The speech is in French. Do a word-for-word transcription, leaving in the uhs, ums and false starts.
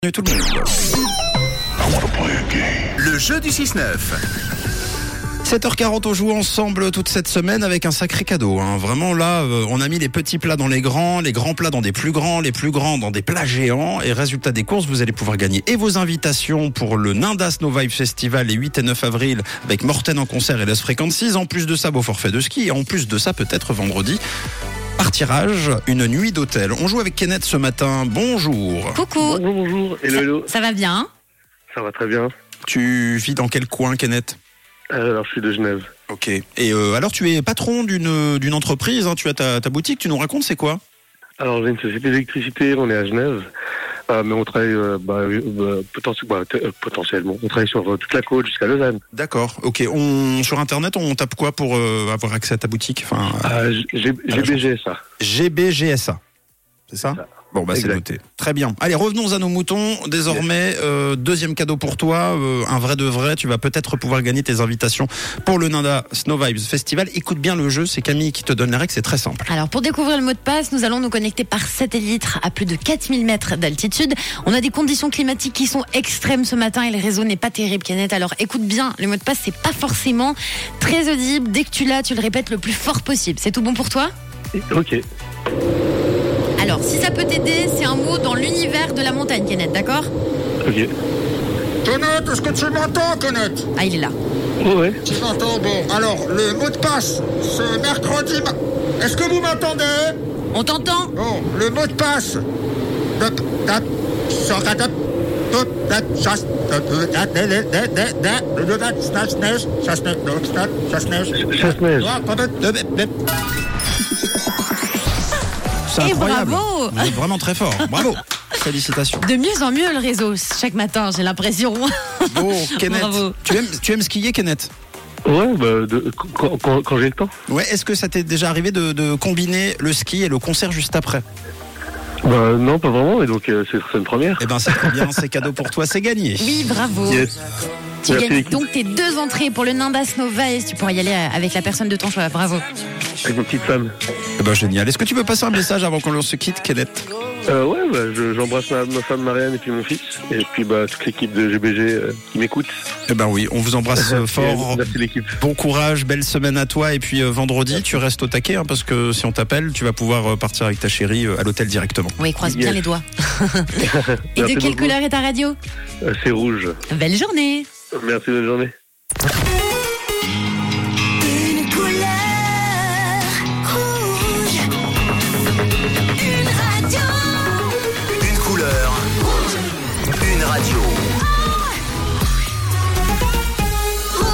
Bienvenue tout le monde. Le jeu du six neuf. sept heures quarante, on joue ensemble toute cette semaine avec un sacré cadeau. Hein. Vraiment là, euh, on a mis les petits plats dans les grands, les grands plats dans des plus grands, les plus grands dans des plats géants. Et résultat des courses, vous allez pouvoir gagner et vos invitations pour le Ninda Snow Vibes Festival les huit et neuf avril avec Morten en concert et Les Frequencies. En plus de ça, beau forfait de ski. Et en plus de ça, peut-être vendredi, par tirage, une nuit d'hôtel. On joue avec Kenneth ce matin. Bonjour. Coucou. Bonjour, bonjour. Hello, hello. Ça va bien? Ça va très bien. Tu vis dans quel coin, Kenneth? Euh, alors, je suis de Genève. Ok. Et euh, alors, tu es patron d'une d'une entreprise, hein, tu as ta, ta boutique, tu nous racontes c'est quoi? Alors, j'ai une société d'électricité, on est à Genève. Euh, mais on travaille euh, bah, euh, poten- bah, t- euh, potentiellement. On travaille sur euh, toute la côte jusqu'à Lausanne. D'accord. Ok. On sur internet, on tape quoi pour euh, avoir accès à ta boutique? Enfin, Euh, G- G B G, ça. G B G S A. C'est ça? Ça. Bon, bah, c'est Exact. noté. Très bien. Allez, revenons à nos moutons. Désormais, euh, deuxième cadeau pour toi, euh, un vrai de vrai. Tu vas peut-être pouvoir gagner tes invitations pour le Ninda Snow Vibes Festival. Écoute bien le jeu, c'est Camille qui te donne les règles, c'est très simple. Alors pour découvrir le mot de passe, nous allons nous connecter par satellite à plus de quatre mille mètres d'altitude. On a des conditions climatiques qui sont extrêmes ce matin et le réseau n'est pas terrible, Kenneth. Alors écoute bien, le mot de passe c'est pas forcément très audible. Dès que tu l'as, tu le répètes le plus fort possible. C'est tout bon pour toi? Ok. Alors si ça peut t'aider, c'est un mot dans l'univers de la montagne, Kenneth, d'accord? Ok. Kenneth, est-ce que tu m'entends, Kenneth? Ah, il est là. Ouais, ouais. Tu m'entends, bon. Alors, le mot de passe, c'est mercredi... ma- Est-ce que vous m'entendez? On t'entend? Bon, le mot de passe... Dop, dop, sort, dop, dop, dop, chasse, dop, dop, dop, dop, dop, dop, dop, dop, dop, chasse, neige, chasse, neige, dop, dop, chasse, neige. Chasse-neige. Ah, pardon. Dop, dop, dop. C'est Et incroyable. bravo. Vous êtes vraiment très fort. Bravo. Félicitations. De mieux en mieux le réseau, chaque matin, j'ai l'impression. Bon, Kenneth, Bravo. tu aimes, tu aimes skier, Kenneth? Ouais, bah, de, quand, quand, quand j'ai le temps. Ouais. Est-ce que ça t'est déjà arrivé de, de combiner le ski et le concert juste après? Bah, non, pas vraiment, et donc, euh, c'est c'est une première. Eh ben, c'est très bien. C'est cadeau pour toi. C'est gagné. Oui, bravo. Yes. Tu Merci, gagnes l'équipe. donc tes deux entrées pour le Ninda Snow Vibes. Tu pourras y aller avec la personne de ton choix. Bravo. Avec ma petite femme. Eh ben, génial. Est-ce que tu peux passer un message avant qu'on se quitte, Kenneth? Euh, ouais, bah, je- j'embrasse ma, ma femme Marianne et puis mon fils. Et puis, bah, toute l'équipe de G B G euh, qui m'écoute. Eh ben oui, on vous embrasse euh, fort. Merci l'équipe. Bon courage, belle semaine à toi. Et puis euh, vendredi, tu restes au taquet, hein, parce que si on t'appelle, tu vas pouvoir euh, partir avec ta chérie euh, à l'hôtel directement. Oui, croise bien Yes. les doigts. Et de Merci quelle beaucoup. couleur est ta radio? Euh, c'est rouge. Belle journée. Merci, bonne journée. Une couleur rouge. Une radio. Une couleur. Une radio.